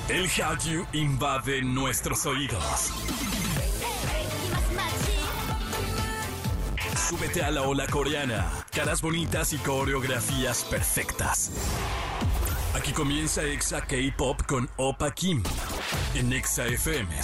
El Hallyu invade nuestros oídos. Súbete a la ola coreana. Caras bonitas y coreografías perfectas. Aquí comienza Exa K-Pop con Oppa Kim en Exa FM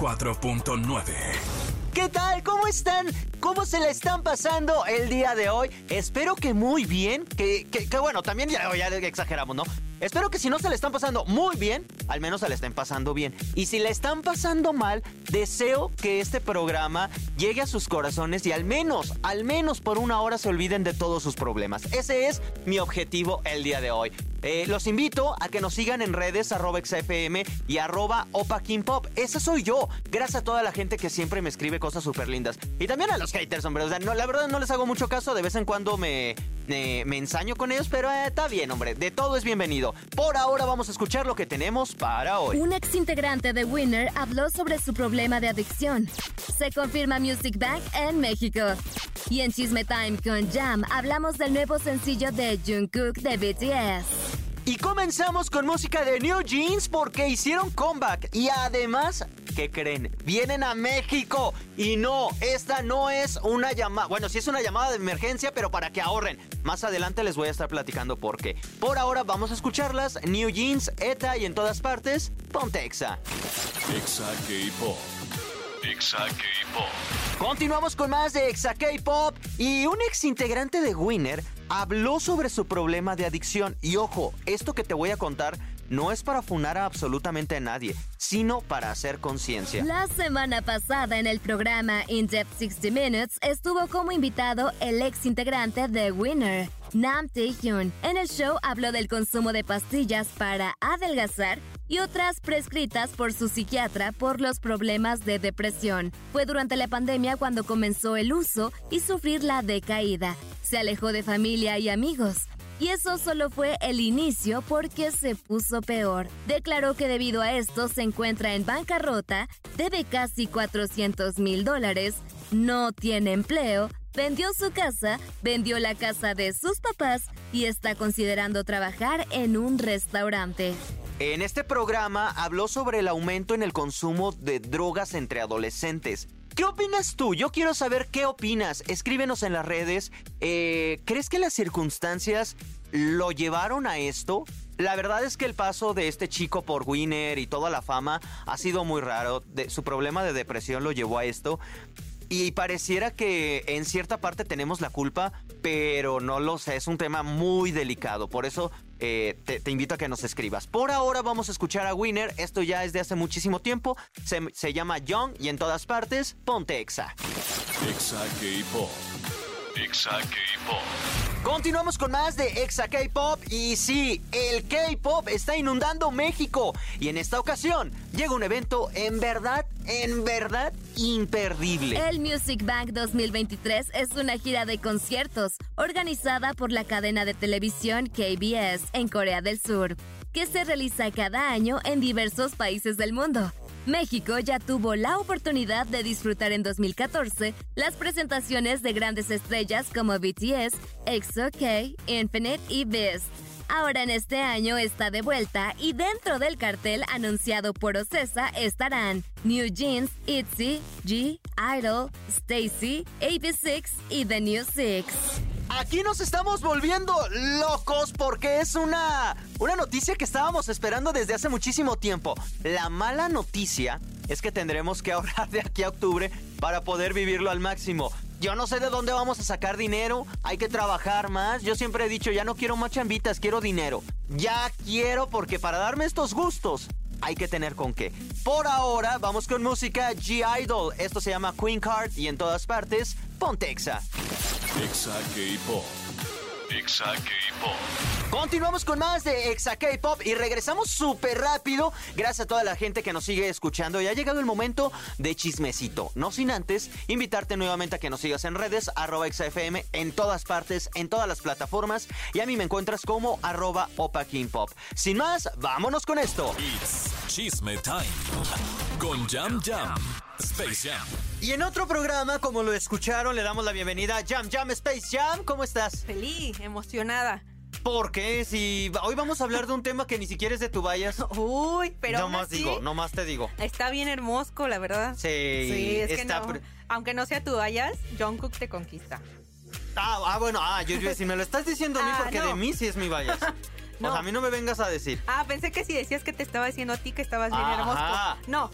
104.9. ¿Qué tal? ¿Cómo están? ¿Cómo se la están pasando el día de hoy? Espero que muy bien. Que bueno, también ya exageramos, ¿no? Espero que si no se le están pasando muy bien, al menos se le estén pasando bien. Y si le están pasando mal, deseo que este programa llegue a sus corazones y al menos por una hora se olviden de todos sus problemas. Ese es mi objetivo el día de hoy. Los invito a que nos sigan en redes @exafm y @OppaKimPop. Esa soy yo. Gracias a toda la gente que siempre me escribe cosas súper lindas. Y también a los haters, hombre. O sea, no, la verdad no les hago mucho caso. De vez en cuando me ensaño con ellos, pero está bien, hombre. De todo es bienvenido. Por ahora vamos a escuchar lo que tenemos para hoy. Un ex integrante de Winner habló sobre su problema de adicción. Se confirma Music Bank en México. Y en Chisme Time con Jam hablamos del nuevo sencillo de Jungkook de BTS. Y comenzamos con música de New Jeans porque hicieron comeback. Y además, ¿qué creen? Vienen a México. Y no, esta no es una llamada. Bueno, sí es una llamada de emergencia, pero para que ahorren. Más adelante les voy a estar platicando por qué. Por ahora vamos a escucharlas. New Jeans, ETA y en todas partes, ponte Exa. Exa K-Pop. Exa K-Pop. Continuamos con más de Exa K-Pop. Y un ex integrante de Winner habló sobre su problema de adicción. Y ojo, esto que te voy a contar no es para funar a absolutamente a nadie, sino para hacer conciencia. La semana pasada en el programa In Depth 60 Minutes estuvo como invitado el ex integrante de Winner, Nam Taehyun. En el show habló del consumo de pastillas para adelgazar y otras prescritas por su psiquiatra por los problemas de depresión. Fue durante la pandemia cuando comenzó el uso y sufrir la decaída. Se alejó de familia y amigos. Y eso solo fue el inicio porque se puso peor. Declaró que debido a esto se encuentra en bancarrota, debe casi $400,000, no tiene empleo, vendió su casa, vendió la casa de sus papás y está considerando trabajar en un restaurante. En este programa habló sobre el aumento en el consumo de drogas entre adolescentes. ¿Qué opinas tú? Yo quiero saber qué opinas. Escríbenos en las redes. ¿Crees que las circunstancias lo llevaron a esto? La verdad es que el paso de este chico por Winner y toda la fama ha sido muy raro. Su problema de depresión lo llevó a esto. Y pareciera que en cierta parte tenemos la culpa, pero no lo sé, es un tema muy delicado. Por eso te invito a que nos escribas. Por ahora vamos a escuchar a Winner. Esto ya es de hace muchísimo tiempo. Se llama Young y en todas partes, ponte Exa. Exa K-Pop. Exa K-Pop. Continuamos con más de Exa K-Pop y sí, el K-Pop está inundando México y en esta ocasión llega un evento en verdad imperdible. El Music Bank 2023 es una gira de conciertos organizada por la cadena de televisión KBS en Corea del Sur, que se realiza cada año en diversos países del mundo. México ya tuvo la oportunidad de disfrutar en 2014 las presentaciones de grandes estrellas como BTS, EXO-K, Infinite y Beast. Ahora en este año está de vuelta y dentro del cartel anunciado por Ocesa estarán New Jeans, ITZY, G, Idol, STAYC, AB6 y The New Six. Aquí nos estamos volviendo locos porque es una noticia que estábamos esperando desde hace muchísimo tiempo. La mala noticia es que tendremos que ahorrar de aquí a octubre para poder vivirlo al máximo. Yo no sé de dónde vamos a sacar dinero, hay que trabajar más. Yo siempre he dicho, ya no quiero más chambitas, quiero dinero. Ya quiero porque para darme estos gustos hay que tener con qué. Por ahora vamos con música G-Idol. Esto se llama Queen Card y en todas partes, ponte Exa. Exa K-Pop. Exa K-Pop. Continuamos con más de Exa K-Pop y regresamos súper rápido. Gracias a toda la gente que nos sigue escuchando. Y ha llegado el momento de chismecito. No sin antes invitarte nuevamente a que nos sigas en redes, @ExaFM, en todas partes, en todas las plataformas. Y a mí me encuentras como @OppaKimPop. Sin más, vámonos con esto. It's Chisme Time con Jam Space Jam. Y en otro programa, como lo escucharon, le damos la bienvenida a Jam Space Jam. ¿Cómo estás? Feliz, emocionada. ¿Por qué? Si hoy vamos a hablar de un tema que ni siquiera es de tu bias. Uy, pero Nomás te digo. Está bien hermoso, la verdad. Sí, es que no. Aunque no sea tu bias, Jungkook te conquista. Bueno, yo si me lo estás diciendo a mí porque no. de mí sí es mi bias. No. O sea, a mí no me vengas a decir. Pensé que si decías que te estaba diciendo a ti que estabas bien hermoso. No.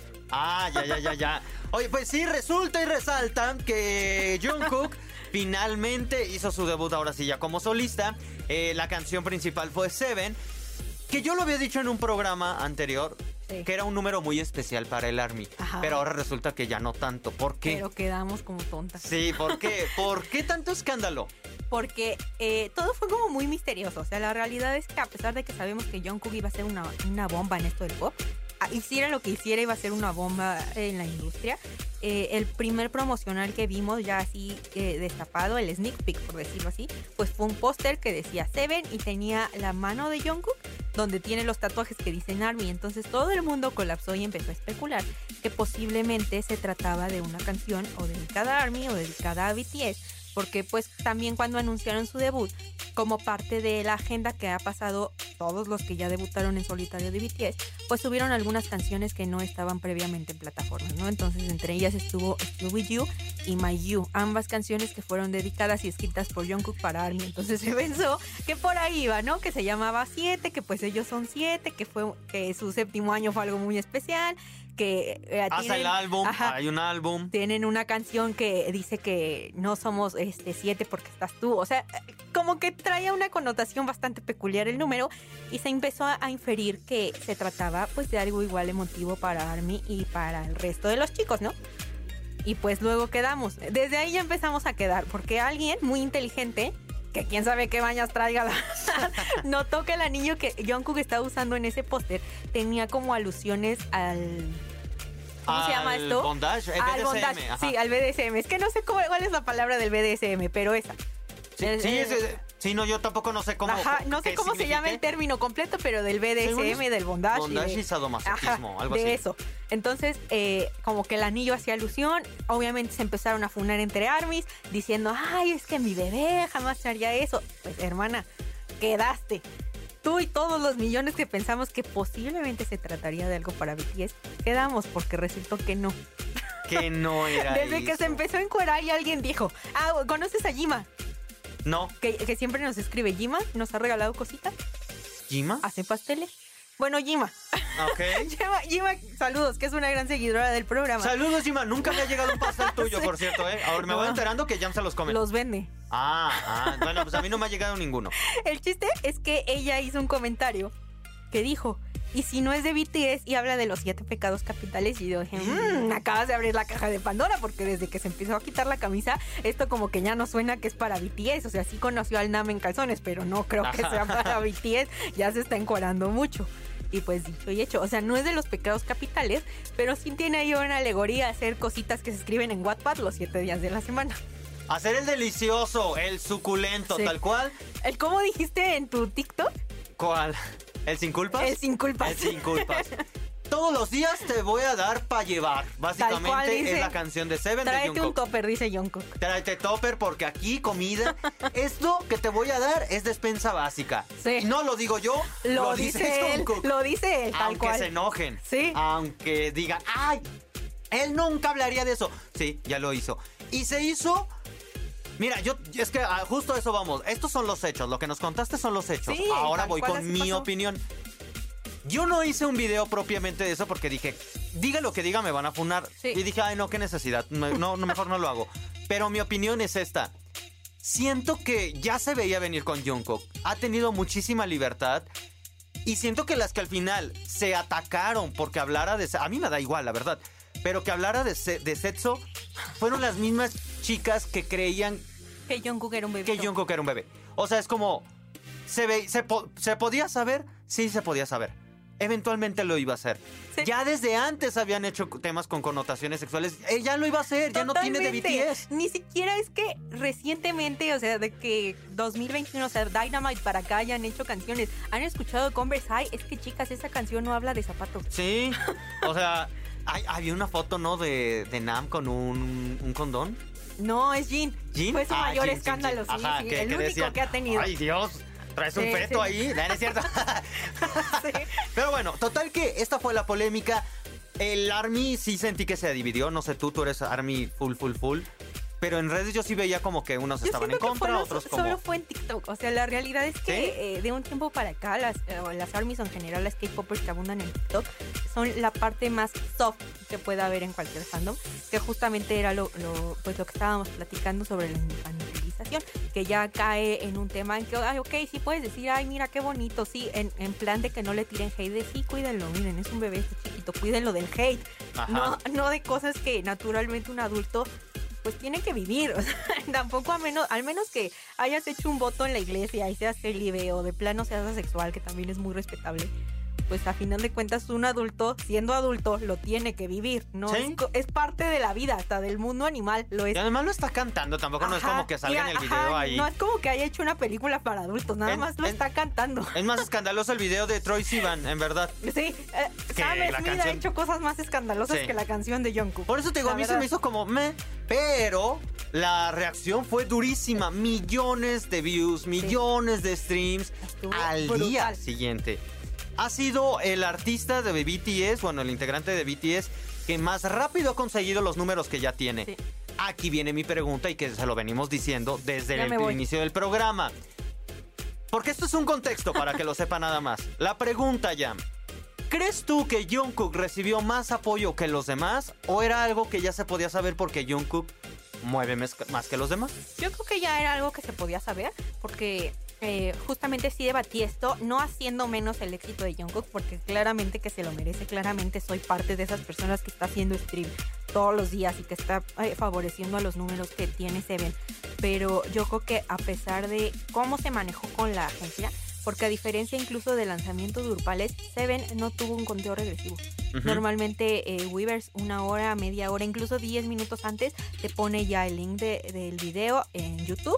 Ya. Oye, pues sí, resulta y resalta que Jungkook finalmente hizo su debut ahora sí ya como solista. La canción principal fue Seven, que yo lo había dicho en un programa anterior, que era un número muy especial para el ARMY. Ajá. Pero ahora resulta que ya no tanto. ¿Por qué? Pero quedamos como tontas. Sí, ¿por qué? ¿Por qué tanto escándalo? Porque todo fue como muy misterioso. O sea, la realidad es que a pesar de que sabemos que Jungkook iba a ser una bomba en esto del pop, hiciera lo que hiciera, iba a ser una bomba en la industria. El primer promocional que vimos ya así destapado, el sneak peek por decirlo así, pues fue un póster que decía Seven y tenía la mano de Jungkook donde tiene los tatuajes que dicen ARMY. Entonces todo el mundo colapsó y empezó a especular que posiblemente se trataba de una canción o dedicada a ARMY o dedicada a BTS. Porque pues también cuando anunciaron su debut, como parte de la agenda que ha pasado todos los que ya debutaron en solitario de BTS, pues subieron algunas canciones que no estaban previamente en plataformas, ¿no? Entonces entre ellas estuvo Still With You y My You, ambas canciones que fueron dedicadas y escritas por Jungkook para ARMY. Entonces se pensó que por ahí iba, ¿no? Que se llamaba 7, que pues ellos son 7, que su séptimo año fue algo muy especial, que el álbum, hay un álbum. Tienen una canción que dice que no somos 7 porque estás tú. O sea, como que traía una connotación bastante peculiar el número y se empezó a inferir que se trataba pues de algo igual emotivo para ARMY y para el resto de los chicos, ¿no? Y pues luego quedamos. Desde ahí ya empezamos a quedar porque alguien muy inteligente, que quién sabe qué bañas traiga, notó que el anillo que Jungkook estaba usando en ese póster tenía como alusiones al... ¿Cómo se llama esto? Bondage, el al BDSM. bondage, Ajá. sí, al BDSM. Es que no sé cuál es la palabra del BDSM, pero esa. Sí, no, yo tampoco no sé cómo. No sé cómo se llama el término completo, pero del BDSM, del bondage. Bondage y sadomasoquismo, algo así. De eso. Entonces, como que el anillo hacía alusión. Obviamente se empezaron a funar entre ARMYs, diciendo, ay, es que mi bebé jamás haría eso. Pues, hermana, quedaste. Tú y todos los millones que pensamos que posiblemente se trataría de algo para BTS, quedamos porque resultó que no. Que no era Desde eso. que se empezó a encuerar y alguien dijo, ¿conoces a Jima? No. Que siempre nos escribe Jima, nos ha regalado cositas. ¿Jima? Hace pasteles. Bueno, Jima. Ok. Jima, saludos, que es una gran seguidora del programa. Saludos, Jima. Nunca me ha llegado un pastel tuyo, Sí. por cierto, ¿eh? Ahora me voy enterando que Jam se los come. Los vende. Bueno, pues a mí no me ha llegado ninguno. El chiste es que ella hizo un comentario que dijo, y si no es de BTS y habla de los 7 pecados capitales, y yo dije, acabas de abrir la caja de Pandora, porque desde que se empezó a quitar la camisa, esto como que ya no suena que es para BTS. O sea, sí conoció al Nam en calzones, pero no creo que sea para BTS. Ya se está encuadrando mucho. Y pues dicho y hecho, o sea, no es de los pecados capitales, pero sí tiene ahí una alegoría a hacer cositas que se escriben en Wattpad los 7 días de la semana. Hacer el delicioso, el suculento, Sí. tal cual. ¿El cómo dijiste en tu TikTok? ¿Cuál? ¿El sin culpas? El sin culpas. El sin culpas. Todos los días te voy a dar para llevar. Tal cual Básicamente dice. es la canción de Seven de Tráete un Jungkook. topper, dice Jungkook. Tráete topper porque aquí comida. Esto que te voy a dar es despensa básica. Sí. No lo digo yo, Lo dice él, Jungkook. lo dice él, tal Aunque cual. se enojen. Sí. Aunque digan, ¡ay! Él nunca hablaría de eso. Sí, ya lo hizo. Y se hizo... Mira, es que justo a eso vamos. Estos son los hechos. Lo que nos contaste son los hechos. Sí, ahora tal voy cual con así mi pasó. opinión. Yo no hice un video propiamente de eso porque dije, diga lo que diga, me van a funar. Sí. Y dije, ay, no, qué necesidad. No, mejor no lo hago. Pero mi opinión es esta. Siento que ya se veía venir con Jungkook. Ha tenido muchísima libertad. Y siento que las que al final se atacaron porque hablara de... A mí me da igual, la verdad. Pero que hablara de sexo fueron las mismas chicas que creían Que Jungkook era un bebé. que Jungkook era un bebé. O sea, es como... ¿Se podía saber? Sí, se podía saber. Eventualmente lo iba a hacer. Sí. Ya desde antes habían hecho temas con connotaciones sexuales. Ya lo iba a hacer, ya no tiene de BTS. Ni siquiera es que recientemente, o sea, de que 2021, o sea, Dynamite para acá hayan hecho canciones. ¿Han escuchado Converse High? Es que, chicas, esa canción no habla de zapatos. Sí, o sea, había una foto, ¿no? De Nam con un condón. No, es Jin. ¿Jin? Fue su mayor Jin, escándalo, Jin. sí, Ajá, sí. que El único decían, que ha tenido. ¡ay, Dios! traes un feto ahí, ¿no es cierto? Sí. Pero bueno, total que esta fue la polémica. El ARMY sí sentí que se dividió, no sé tú eres ARMY full. Pero en redes yo sí veía como que unos estaban en contra, otros como... Solo fue en TikTok. O sea, la realidad es que ¿Sí? De un tiempo para acá, las ARMYs o en general, las K-popers que abundan en TikTok, son la parte más soft que pueda haber en cualquier fandom. Que justamente era lo que estábamos platicando sobre la infantilización. Que ya cae en un tema en que, ay, ok, sí puedes decir, ay, mira qué bonito, sí, en plan de que no le tiren hate, de sí, cuídenlo, miren, es un bebé, este chiquito, cuídenlo del hate. No de cosas que naturalmente un adulto pues tiene que vivir, o sea, tampoco al menos que hayas hecho un voto en la iglesia y seas célibe o de plano seas asexual, que también es muy respetable, pues a final de cuentas un adulto, siendo adulto, lo tiene que vivir, ¿no? ¿Sí? Es parte de la vida, hasta del mundo animal, lo es. Y además lo está cantando, tampoco no es como que salga en el video ahí. No es como que haya hecho una película para adultos, nada más lo está cantando. Es más escandaloso el video de Troye Sivan, en verdad. Sí, Sam Smith ha hecho cosas más escandalosas que la canción de Jungkook. Por eso te digo, a mí se me hizo como meh, pero la reacción fue durísima. Millones de views, millones de streams al día siguiente. Ha sido el artista de BTS, bueno, el integrante de BTS, que más rápido ha conseguido los números que ya tiene. Sí. Aquí viene mi pregunta y que se lo venimos diciendo desde el inicio del programa. Porque esto es un contexto para que lo sepa nada más. La pregunta, Yam. ¿Crees tú que Jungkook recibió más apoyo que los demás o era algo que ya se podía saber porque Jungkook mueve más que los demás? Yo creo que ya era algo que se podía saber porque justamente sí debatí esto, no haciendo menos el éxito de Jungkook porque claramente que se lo merece, claramente soy parte de esas personas que está haciendo stream todos los días y que está favoreciendo a los números que tiene Seven, pero yo creo que a pesar de cómo se manejó con la agencia, porque a diferencia incluso de lanzamientos grupales, Seven no tuvo un conteo regresivo. Normalmente Weverse 1 hora, media hora, incluso 10 minutos antes te pone ya el link del video en YouTube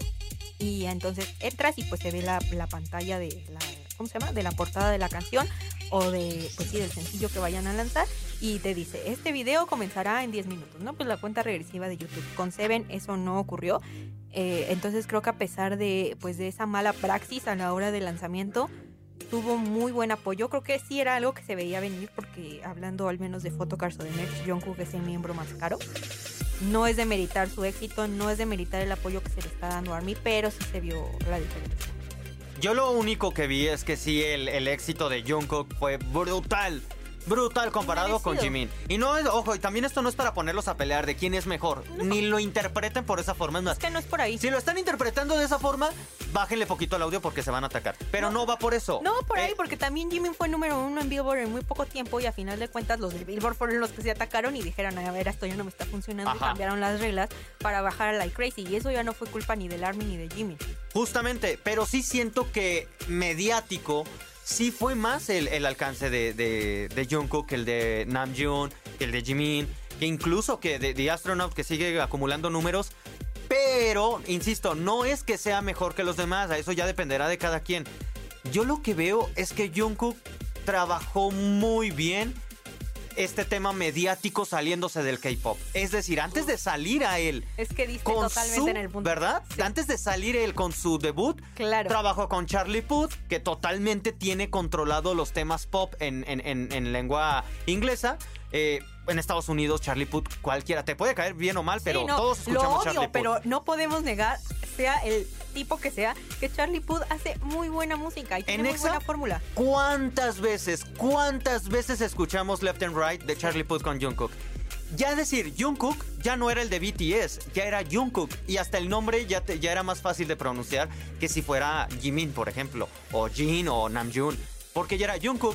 y entonces entras y pues se ve la pantalla de la, ¿cómo se llama? De la portada de la canción o de, pues sí, del sencillo que vayan a lanzar y te dice, este video comenzará en 10 minutos, ¿no? Pues la cuenta regresiva de YouTube. Con Seven eso no ocurrió. Entonces creo que a pesar de esa mala praxis a la hora del lanzamiento, tuvo muy buen apoyo. Creo que sí era algo que se veía venir porque hablando al menos de Photocars o de Merch, Jungkook es el miembro más caro. No es de meritar su éxito, no es de meritar el apoyo que se le está dando a ARMY, pero sí se vio la diferencia. Yo lo único que vi es que sí el éxito de Jungkook fue brutal comparado con Jimin. Y no, ojo, y también esto no es para ponerlos a pelear de quién es mejor. No. Ni lo interpreten por esa forma. Es más, es que no es por ahí. Si lo están interpretando de esa forma, bájenle poquito al audio porque se van a atacar. Pero no va por eso. No va por ahí, porque también Jimin fue número 1 en Billboard en muy poco tiempo y a final de cuentas los de Billboard fueron los que se atacaron y dijeron, a ver, esto ya no me está funcionando. Ajá. Y cambiaron las reglas para bajar a Like Crazy. Y eso ya no fue culpa ni del ARMY ni de Jimin. Justamente, pero sí siento que mediático sí fue más el alcance de Jungkook que el de Namjoon, que el de Jimin, que incluso que de Astronaut, que sigue acumulando números. Pero, insisto, no es que sea mejor que los demás, a eso ya dependerá de cada quien. Yo lo que veo es que Jungkook trabajó muy bien este tema mediático saliéndose del K-pop. Es decir, antes de salir a él, es que diste totalmente en el punto, ¿verdad? Sí. Antes de salir él con su debut, claro, trabajó con Charlie Puth, que totalmente tiene controlado los temas pop en lengua inglesa. En Estados Unidos, Charlie Puth, cualquiera te puede caer bien o mal, pero sí, no, todos escuchamos Charlie Puth. Pero no podemos negar, sea el tipo que sea, que Charlie Puth hace muy buena música y tiene muy buena fórmula. ¿Cuántas veces escuchamos Left and Right de Charlie Puth con Jungkook? Ya decir, Jungkook ya no era el de BTS, ya era Jungkook. Y hasta el nombre ya era más fácil de pronunciar que si fuera Jimin, por ejemplo, o Jin o Namjoon. Porque ya era Jungkook.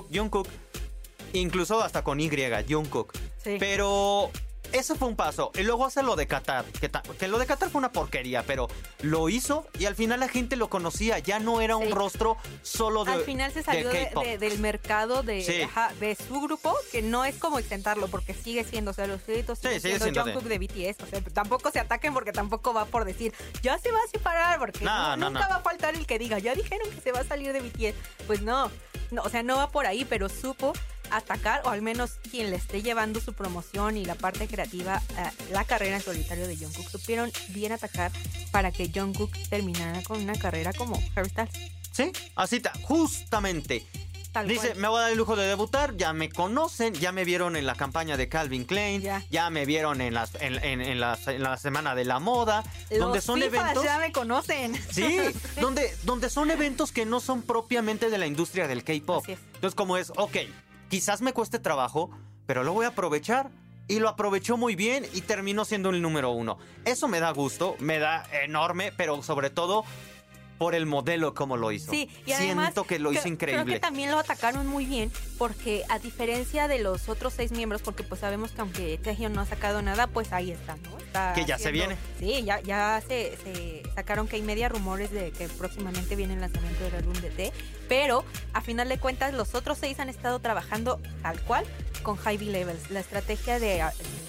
Incluso hasta con Y, Jungkook. Sí. Pero eso fue un paso. Y luego hace lo de Qatar. Que lo de Qatar fue una porquería, pero lo hizo y al final la gente lo conocía. Ya no era un rostro solo de. Al final se salió del mercado de su grupo, que no es como extentarlo, porque sigue siendo, o sea, los créditos siguen siendo Jungkook de BTS. O sea, tampoco se ataquen porque tampoco va por decir, ya se va a separar, porque nunca va a faltar el que diga, ya dijeron que se va a salir de BTS. Pues no, o sea, no va por ahí, pero supo atacar, o al menos quien le esté llevando su promoción y la parte creativa, la carrera en solitario de Jungkook, supieron bien atacar para que Jungkook terminara con una carrera como Harry Styles. Sí, así justamente. Tal Dice, cual. me voy a dar el lujo de debutar, ya me conocen, ya me vieron en la campaña de Calvin Klein, ya me vieron en la semana de la moda, donde son FIFAs eventos. ya me conocen. Sí, donde son eventos que no son propiamente de la industria del K-pop. Así es. Entonces, como es, ok, quizás me cueste trabajo, pero lo voy a aprovechar. Y lo aprovechó muy bien y terminó siendo el número 1. Eso me da gusto, me da enorme, pero sobre todo por el modelo como lo hizo. Sí, y además, siento que lo hizo increíble. Creo que también lo atacaron muy bien porque a diferencia de los otros 6 miembros, porque pues sabemos que aunque Taehyung no ha sacado nada, pues ahí está, ¿no? Está que ya se viene. Sí, ya se sacaron que hay media rumores de que próximamente viene el lanzamiento del álbum de T, pero a final de cuentas los otros 6 han estado trabajando tal cual con Hybe Labels. La estrategia de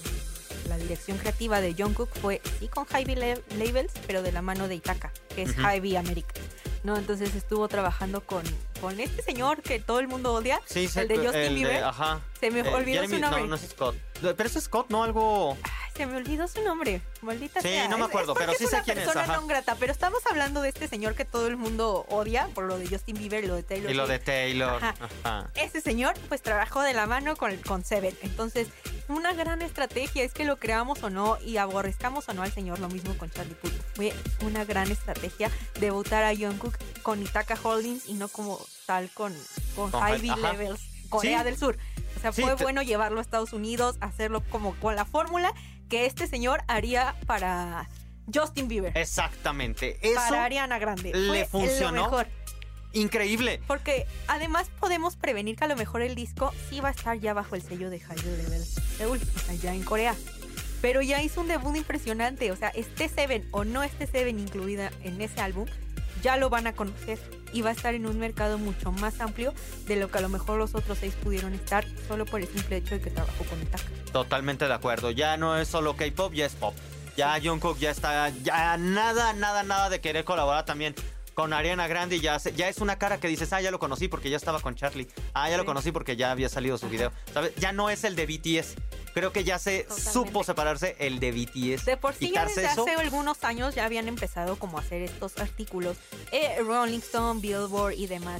la dirección creativa de Jungkook fue sí con Hybe Labels, pero de la mano de Itaka, que es Hybe America, ¿no? Entonces estuvo trabajando con este señor que todo el mundo odia, Sí, el de Justin Bieber. Ajá. Se me olvidó Jeremy, su nombre. No es Scott. Pero es Scott, ¿no? Algo... Ay, se me olvidó su nombre, maldita Sí, sea. no me acuerdo, porque pero sí sé una quién es, persona ajá. no grata, pero estamos hablando de este señor que todo el mundo odia por lo de Justin Bieber y lo de Taylor Y lo Swift. de Taylor. Ajá. Ajá. Ese señor pues trabajó de la mano con Seven. Entonces, una gran estrategia, es que lo creamos o no y aborrezcamos o no al señor, lo mismo con Charlie Puth. Fue una gran estrategia debutar a Jungkook con Ithaca Holdings y no como tal con Hybe ajá. Labels, Corea Sí. del Sur. O sea, Sí, fue bueno llevarlo a Estados Unidos, hacerlo como con la fórmula que este señor haría para Justin Bieber. Exactamente. Eso Para Ariana Grande. le Fue funcionó. lo mejor. Increíble. Porque además podemos prevenir que a lo mejor el disco sí va a estar ya bajo el sello de Hybe Labels Seúl, o sea, ya en Corea. Pero ya hizo un debut impresionante. O sea, esté Seven o no esté Seven incluida en ese álbum, ya lo van a conocer y va a estar en un mercado mucho más amplio de lo que a lo mejor los otros 6 pudieron estar solo por el simple hecho de que trabajó con Ithaca. Totalmente de acuerdo. Ya no es solo K-pop, ya es pop. Ya Jungkook ya está, ya nada de querer colaborar también con Ariana Grande. Ya es una cara que dices, ya lo conocí porque ya estaba con Charlie. Ya lo conocí porque ya había salido su video. ¿Sabes? Ya no es el de BTS. Creo que ya se Totalmente. supo separarse el de BTS. De por sí ya quitarse desde eso. hace algunos años ya habían empezado como a hacer estos artículos. Rolling Stone, Billboard y demás,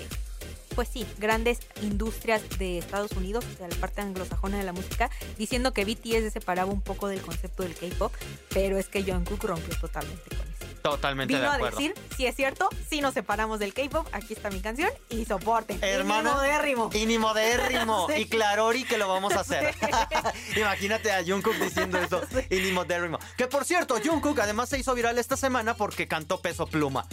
pues sí, grandes industrias de Estados Unidos, o sea, la parte anglosajona de la música, diciendo que BTS se separaba un poco del concepto del K-pop, pero es que Jungkook rompió totalmente con eso. Totalmente de Vino a acuerdo. decir, si es cierto, si nos separamos del K-pop, aquí está mi canción y soporten. Hermano, modérrimo. y ni modérrimo. Sí. Y clarori que lo vamos a hacer. Imagínate a Jungkook diciendo eso. Y ni modérrimo. Que por cierto, Jungkook además se hizo viral esta semana porque cantó Peso Pluma.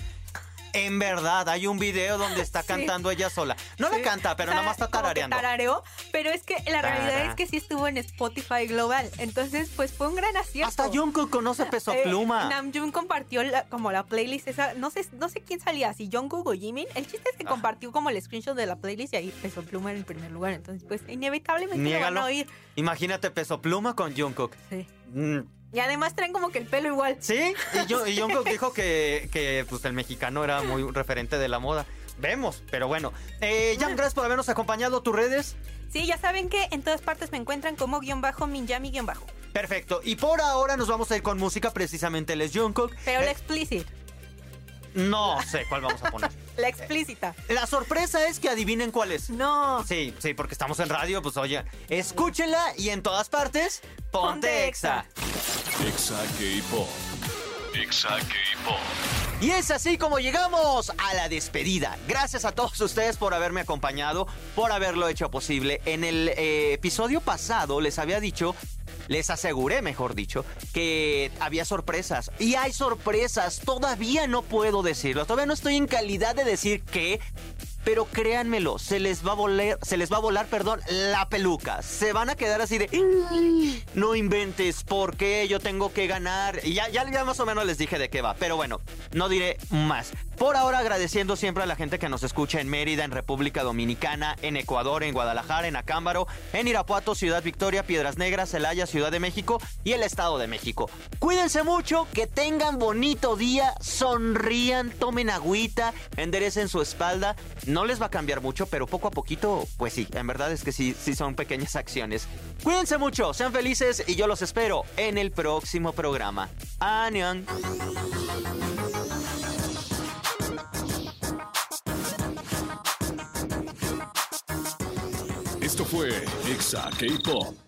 En verdad, hay un video donde está cantando ella sola. No la canta, pero O sea, nada más está como que tarareando. tarareó, pero es que la realidad es que sí estuvo en Spotify Global. Entonces, pues fue un gran acierto. Hasta Jungkook conoce Peso Pluma. Namjoon compartió como la playlist esa, no sé quién salía, si Jungkook o Jimin. El chiste es que compartió como el screenshot de la playlist y ahí Peso Pluma en el primer lugar. Entonces, pues inevitablemente lo van Niégalo. a oír. Imagínate Peso Pluma con Jungkook. Sí. Mm, Y además traen como que el pelo igual. Sí, y Jungkook dijo que pues, el mexicano era muy referente de la moda. Vemos, pero bueno. Jan, gracias por habernos acompañado. ¿Tus redes? Sí, ya saben que en todas partes me encuentran como _Minjami_. Perfecto. Y por ahora nos vamos a ir con música. Precisamente él es Jungkook. Pero la explicit, No sé cuál vamos a poner. la explícita. La sorpresa es que adivinen cuál es. No. Sí, porque estamos en radio, pues oye, escúchenla y en todas partes, ponte Exa. Exa K-Pop. Exa K-Pop. Y es así como llegamos a la despedida. Gracias a todos ustedes por haberme acompañado, por haberlo hecho posible. En el episodio pasado les había dicho, les aseguré, mejor dicho, que había sorpresas. Y hay sorpresas, todavía no puedo decirlo. Todavía no estoy en calidad de decir qué. Pero créanmelo, se les va a volar, la peluca. Se van a quedar así de, no inventes, ¿por qué yo tengo que ganar? Y ya más o menos les dije de qué va. Pero bueno, no diré más. Por ahora agradeciendo siempre a la gente que nos escucha en Mérida, en República Dominicana, en Ecuador, en Guadalajara, en Acámbaro, en Irapuato, Ciudad Victoria, Piedras Negras, Celaya, Ciudad de México y el Estado de México. Cuídense mucho, que tengan bonito día, sonrían, tomen agüita, enderecen su espalda. No les va a cambiar mucho, pero poco a poquito, pues sí, en verdad es que sí son pequeñas acciones. Cuídense mucho, sean felices y yo los espero en el próximo programa. ¡Annyeong! Esto fue Exa K-Pop.